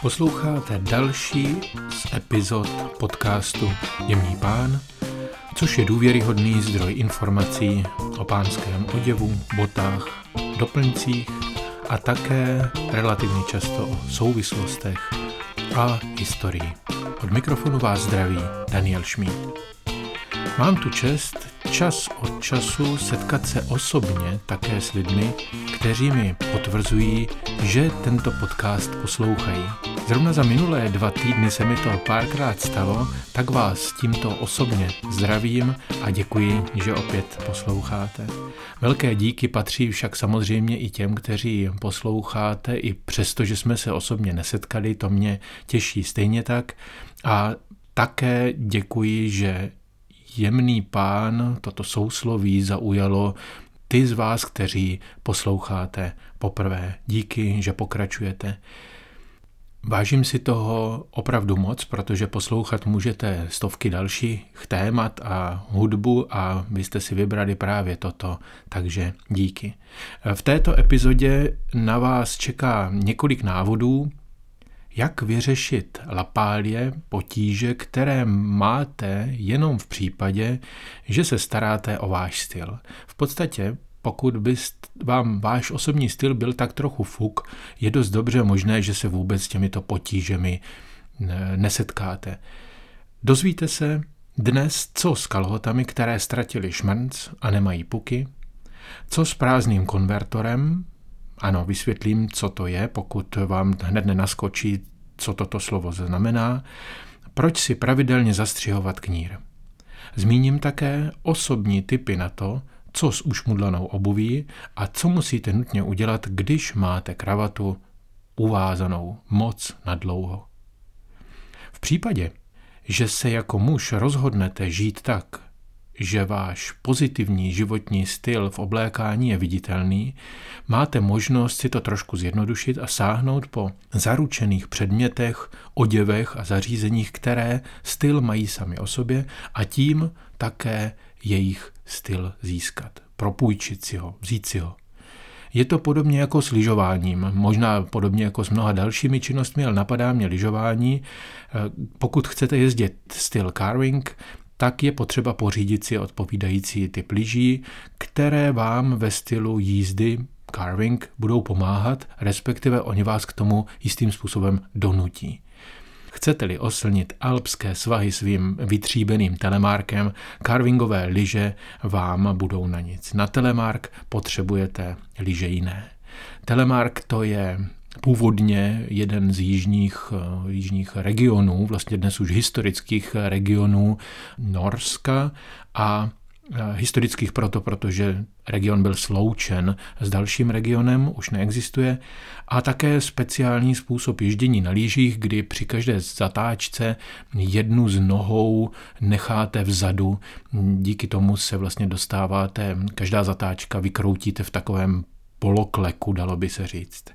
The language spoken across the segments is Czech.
Posloucháte další z epizod podcastu Jemný pán, což je důvěryhodný zdroj informací o pánském oděvu, botách, doplňcích a také relativně často o souvislostech a historii. Od mikrofonu vás zdraví Daniel Šmíd. Mám tu čest čas od času setkat se osobně také s lidmi, kteří mi potvrzují, že tento podcast poslouchají. Zrovna za minulé 2 týdny se mi to párkrát stalo, tak vás tímto osobně zdravím a děkuji, že opět posloucháte. Velké díky patří však samozřejmě i těm, kteří posloucháte, i přesto, že jsme se osobně nesetkali, to mě těší stejně tak. A také děkuji, že Jemný pán, toto sousloví zaujalo ty z vás, kteří posloucháte poprvé. Díky, že pokračujete. Vážím si toho opravdu moc, protože poslouchat můžete stovky dalších témat a hudbu a vy jste si vybrali právě toto, takže díky. V této epizodě na vás čeká několik návodů, jak vyřešit lapálie, potíže, které máte jenom v případě, že se staráte o váš styl. V podstatě, pokud by vám váš osobní styl byl tak trochu fuk, je dost dobře možné, že se vůbec s těmito potížemi nesetkáte. Dozvíte se dnes, co s kalhotami, které ztratili šmrnc a nemají puky, co s prázdným konvertorem. Ano, vysvětlím, co to je, pokud vám hned nenaskočí, co toto slovo znamená, proč si pravidelně zastřihovat knír. Zmíním také osobní tipy na to, co s ušmudlanou obuví a co musíte nutně udělat, když máte kravatu uvázanou moc nadlouho. V případě, že se jako muž rozhodnete žít tak, že váš pozitivní životní styl v oblékání je viditelný, máte možnost si to trošku zjednodušit a sáhnout po zaručených předmětech, oděvech a zařízeních, které styl mají sami o sobě a tím také jejich styl získat, propůjčit si ho, vzít si ho. Je to podobně jako s lyžováním, možná podobně jako s mnoha dalšími činnostmi, ale napadá mě lyžování. Pokud chcete jezdit styl carving, tak je potřeba pořídit si odpovídající typ lyží, které vám ve stylu jízdy carving budou pomáhat, respektive oni vás k tomu jistým způsobem donutí. Chcete-li oslnit alpské svahy svým vytříbeným telemarkem, carvingové lyže vám budou na nic. Na telemark potřebujete lyže jiné. Telemark to je původně jeden z jižních regionů, vlastně dnes už historických regionů Norska a historických protože region byl sloučen s dalším regionem, už neexistuje, a také speciální způsob ježdění na lyžích, kdy při každé zatáčce jednu z nohou necháte vzadu, díky tomu se vlastně dostáváte, každá zatáčka vykroutíte v takovém polokleku, dalo by se říct.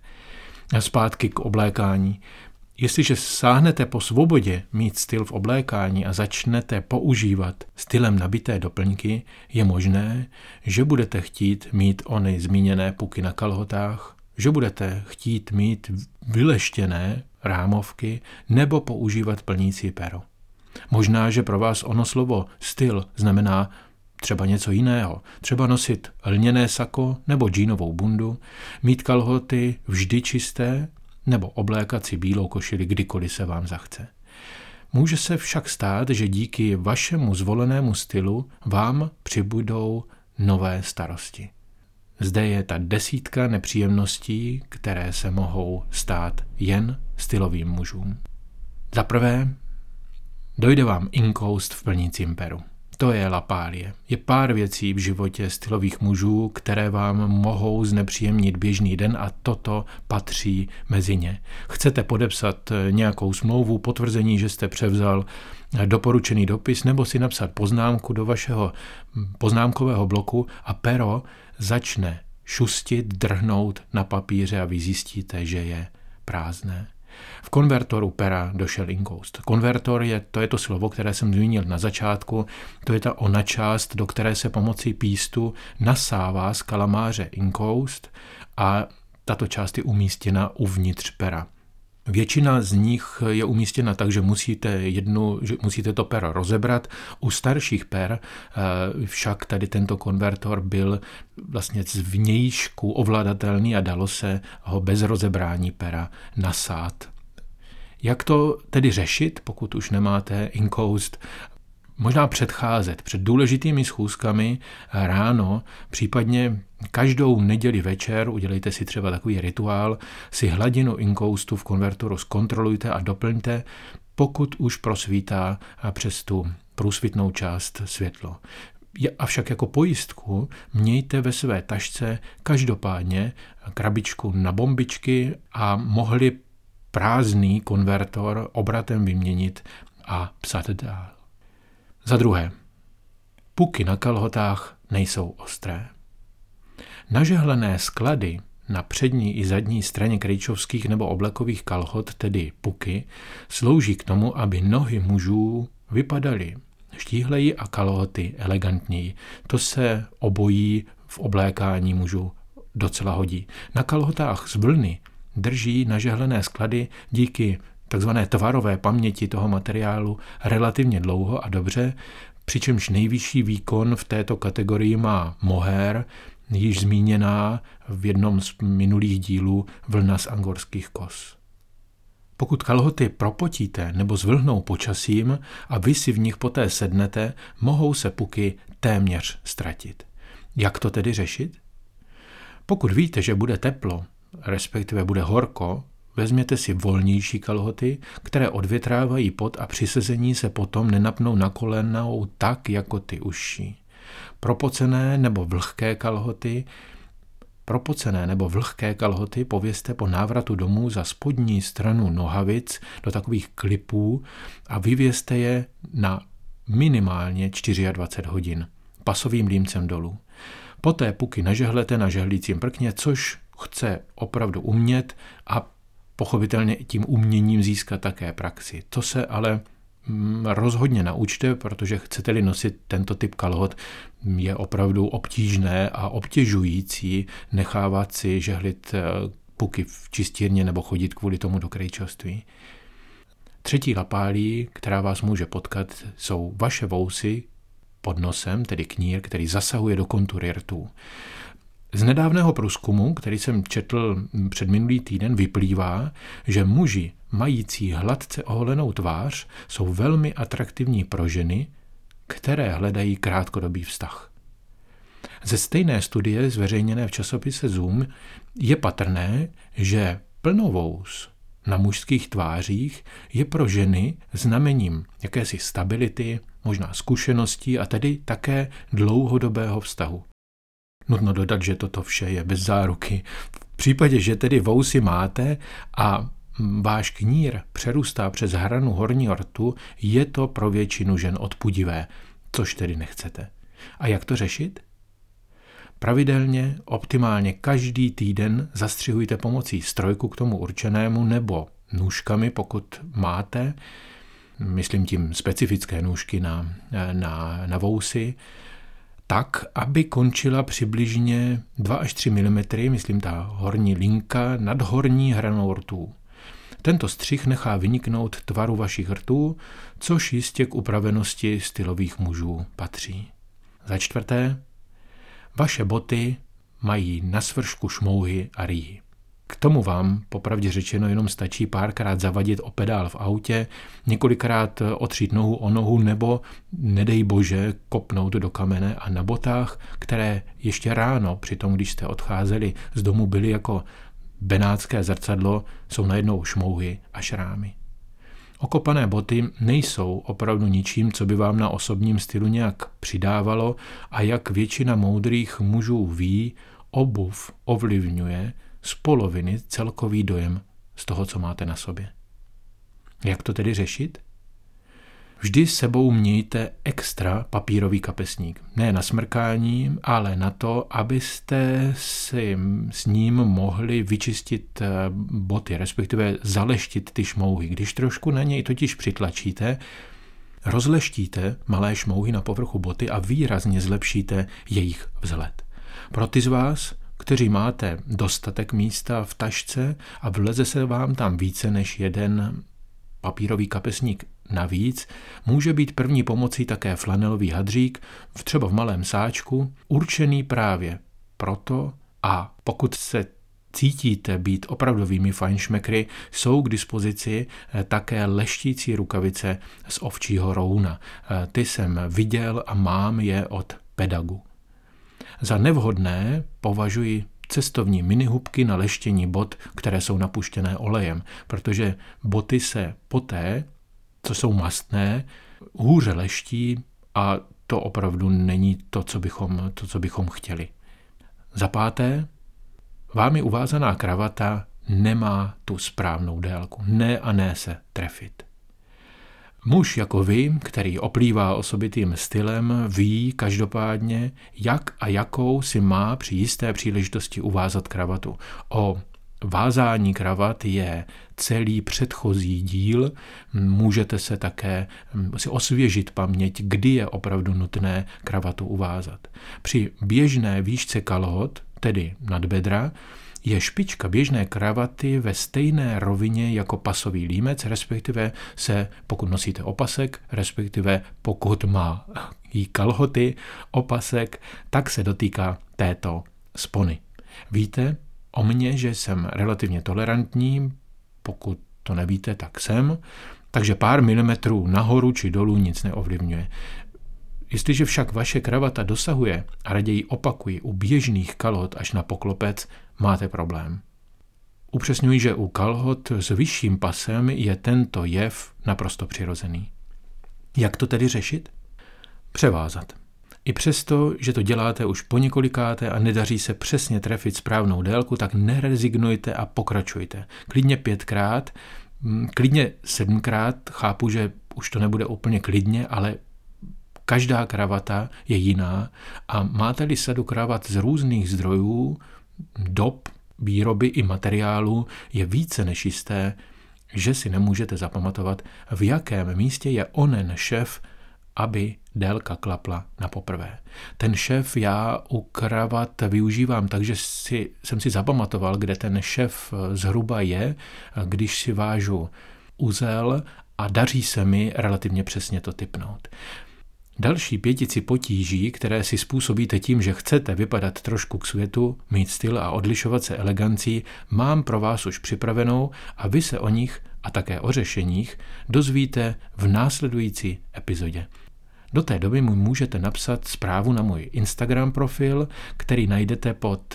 A zpátky k oblékání. Jestliže sáhnete po svobodě mít styl v oblékání a začnete používat stylem nabité doplňky, je možné, že budete chtít mít ony zmíněné puky na kalhotách, že budete chtít mít vyleštěné rámovky nebo používat plnící pero. Možná, že pro vás ono slovo styl znamená třeba něco jiného, třeba nosit lněné sako nebo džínovou bundu, mít kalhoty vždy čisté nebo oblékat si bílou košili, kdykoliv se vám zachce. Může se však stát, že díky vašemu zvolenému stylu vám přibudou nové starosti. Zde je ta 10 nepříjemností, které se mohou stát jen stylovým mužům. Za prvé, dojde vám inkoust v plnícím peru. To je lapálie. Je pár věcí v životě stylových mužů, které vám mohou znepříjemnit běžný den a toto patří mezi ně. Chcete podepsat nějakou smlouvu, potvrzení, že jste převzal doporučený dopis nebo si napsat poznámku do vašeho poznámkového bloku a pero začne šustit, drhnout na papíře a vy zjistíte, že je prázdné. V konvertoru pera došel inkoust. Konvertor to je to slovo, které jsem zmínil na začátku, to je ta ona část, do které se pomocí pístu nasává z kalamáře inkoust a tato část je umístěna uvnitř pera. Většina z nich je umístěna tak, že musíte to pero rozebrat. U starších per však tady tento konvertor byl vlastně zvnějšku ovladatelný a dalo se ho bez rozebrání pera nasát. Jak to tedy řešit, pokud už nemáte inkoust? Možná předcházet před důležitými schůzkami ráno, případně každou neděli večer, udělejte si třeba takový rituál, si hladinu inkoustu v konvertoru zkontrolujte a doplňte, pokud už prosvítá přes tu průsvitnou část světlo. Avšak jako pojistku mějte ve své tašce každopádně krabičku na bombičky a mohli prázdný konvertor obratem vyměnit a psat dál. Za druhé, puky na kalhotách nejsou ostré. Nažehlené sklady na přední i zadní straně krejčovských nebo oblekových kalhot, tedy puky, slouží k tomu, aby nohy mužů vypadaly štíhleji a kalhoty elegantněji. To se obojí v oblékání mužů docela hodí. Na kalhotách z vlny drží nažehlené sklady díky takzvané tvarové paměti toho materiálu relativně dlouho a dobře, přičemž nejvyšší výkon v této kategorii má mohair, již zmíněná v jednom z minulých dílů vlna z angorských kos. Pokud kalhoty propotíte nebo zvlhnou počasím a vy si v nich poté sednete, mohou se puky téměř ztratit. Jak to tedy řešit? Pokud víte, že bude teplo, respektive bude horko, vezměte si volnější kalhoty, které odvětrávají pot a při sezení se potom nenapnou na kolenou tak, jako ty užší. Propocené nebo vlhké kalhoty povězte po návratu domů za spodní stranu nohavic do takových klipů a vyvězte je na minimálně 24 hodin pasovým límcem dolů. Poté puky nažehlete na žehlícím prkně, což chce opravdu umět a pochopitelně tím uměním získat také praxi. To se ale rozhodně naučte, protože chcete-li nosit tento typ kalhot, je opravdu obtížné a obtěžující nechávat si žehlit puky v čistírně nebo chodit kvůli tomu do krejčovství. Třetí lapálí, která vás může potkat, jsou vaše vousy pod nosem, tedy knír, který zasahuje do kontury rtů. Z nedávného průzkumu, který jsem četl před minulý týden, vyplývá, že muži mající hladce oholenou tvář jsou velmi atraktivní pro ženy, které hledají krátkodobý vztah. Ze stejné studie zveřejněné v časopise Zoom je patrné, že plnovous na mužských tvářích je pro ženy znamením jakési stability, možná zkušeností a tedy také dlouhodobého vztahu. Nutno dodat, že toto vše je bez záruky. V případě, že tedy vousy máte a váš knír přerůstá přes hranu horního rtu, je to pro většinu žen odpudivé, což tedy nechcete. A jak to řešit? Pravidelně, optimálně každý týden zastřihujte pomocí strojku k tomu určenému nebo nůžkami, pokud máte, myslím tím specifické nůžky na vousy, tak, aby končila přibližně 2 až 3 mm, myslím ta horní linka, nad horní hranou rtů. Tento střih nechá vyniknout tvaru vašich rtů, což jistě k upravenosti stylových mužů patří. Za čtvrté, vaše boty mají na svršku šmouhy a rýhy. K tomu vám, popravdě řečeno, jenom stačí párkrát zavadit o pedál v autě, několikrát otřít nohu o nohu nebo, nedej bože, kopnout do kamene a na botách, které ještě ráno, přitom když jste odcházeli z domu, byly jako benátské zrcadlo, jsou najednou šmouhy a šrámy. Okopané boty nejsou opravdu ničím, co by vám na osobním stylu nějak přidávalo a jak většina moudrých mužů ví, obuv ovlivňuje z poloviny celkový dojem z toho, co máte na sobě. Jak to tedy řešit? Vždy s sebou mějte extra papírový kapesník. Ne na smrkání, ale na to, abyste si s ním mohli vyčistit boty, respektive zaleštit ty šmouhy. Když trošku na něj totiž přitlačíte, rozleštíte malé šmouhy na povrchu boty a výrazně zlepšíte jejich vzhled. Pro ty z vás, kteří máte dostatek místa v tašce a vleze se vám tam více než jeden papírový kapesník navíc, může být první pomocí také flanelový hadřík, třeba v malém sáčku, určený právě proto, a pokud se cítíte být opravdovými fajnšmekry, jsou k dispozici také leštící rukavice z ovčího rouna. Ty jsem viděl a mám je od Pedagu. Za nevhodné považuji cestovní minihubky na leštění bot, které jsou napuštěné olejem, protože boty se poté, co jsou mastné, hůře leští a to opravdu není to, co bychom chtěli. Za páté, vámi uvázaná kravata nemá tu správnou délku. Ne a ne se trefit. Muž jako vy, který oplývá osobitým stylem, ví každopádně, jak a jakou si má při jisté příležitosti uvázat kravatu. O vázání kravat je celý předchozí díl. Můžete se také si osvěžit paměť, kdy je opravdu nutné kravatu uvázat. Při běžné výšce kalhot, tedy nadbedra, je špička běžné kravaty ve stejné rovině jako pasový límec, respektive pokud nosíte opasek, respektive pokud má jí kalhoty, opasek, tak se dotýká této spony. Víte o mně, že jsem relativně tolerantní, pokud to nevíte, tak jsem, takže pár milimetrů nahoru či dolů nic neovlivňuje. Jestliže však vaše kravata dosahuje, a raději opakuji, u běžných kalhot až na poklopec, máte problém. Upřesňuji, že u kalhot s vyšším pasem je tento jev naprosto přirozený. Jak to tedy řešit? Převázat. I přesto, že to děláte už poněkolikáté a nedaří se přesně trefit správnou délku, tak nerezignujte a pokračujte. Klidně 5krát, klidně 7krát, chápu, že už to nebude úplně klidně, ale každá kravata je jiná a máte-li sadu kravat z různých zdrojů, dob, výroby i materiálů, je více než jisté, že si nemůžete zapamatovat, v jakém místě je onen šef, aby délka klapla na poprvé. Ten šef já u kravat využívám tak, že jsem si zapamatoval, kde ten šef zhruba je, když si vážu uzel a daří se mi relativně přesně to tipnout. Další 5 potíží, které si způsobíte tím, že chcete vypadat trošku k světu, mít styl a odlišovat se elegancí, mám pro vás už připravenou a vy se o nich a také o řešeních dozvíte v následující epizodě. Do té doby mu můžete napsat zprávu na můj Instagram profil, který najdete pod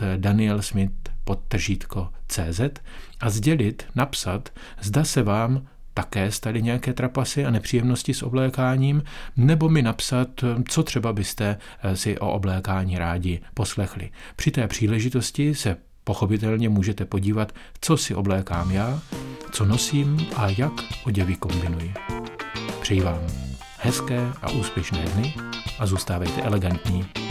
danielsmith_cz a napsat, zda se vám také staly nějaké trapasy a nepříjemnosti s oblékáním, nebo mi napsat, co třeba byste si o oblékání rádi poslechli. Při té příležitosti se pochopitelně můžete podívat, co si oblékám já, co nosím a jak oděvy kombinuji. Přeji vám hezké a úspěšné dny a zůstávejte elegantní.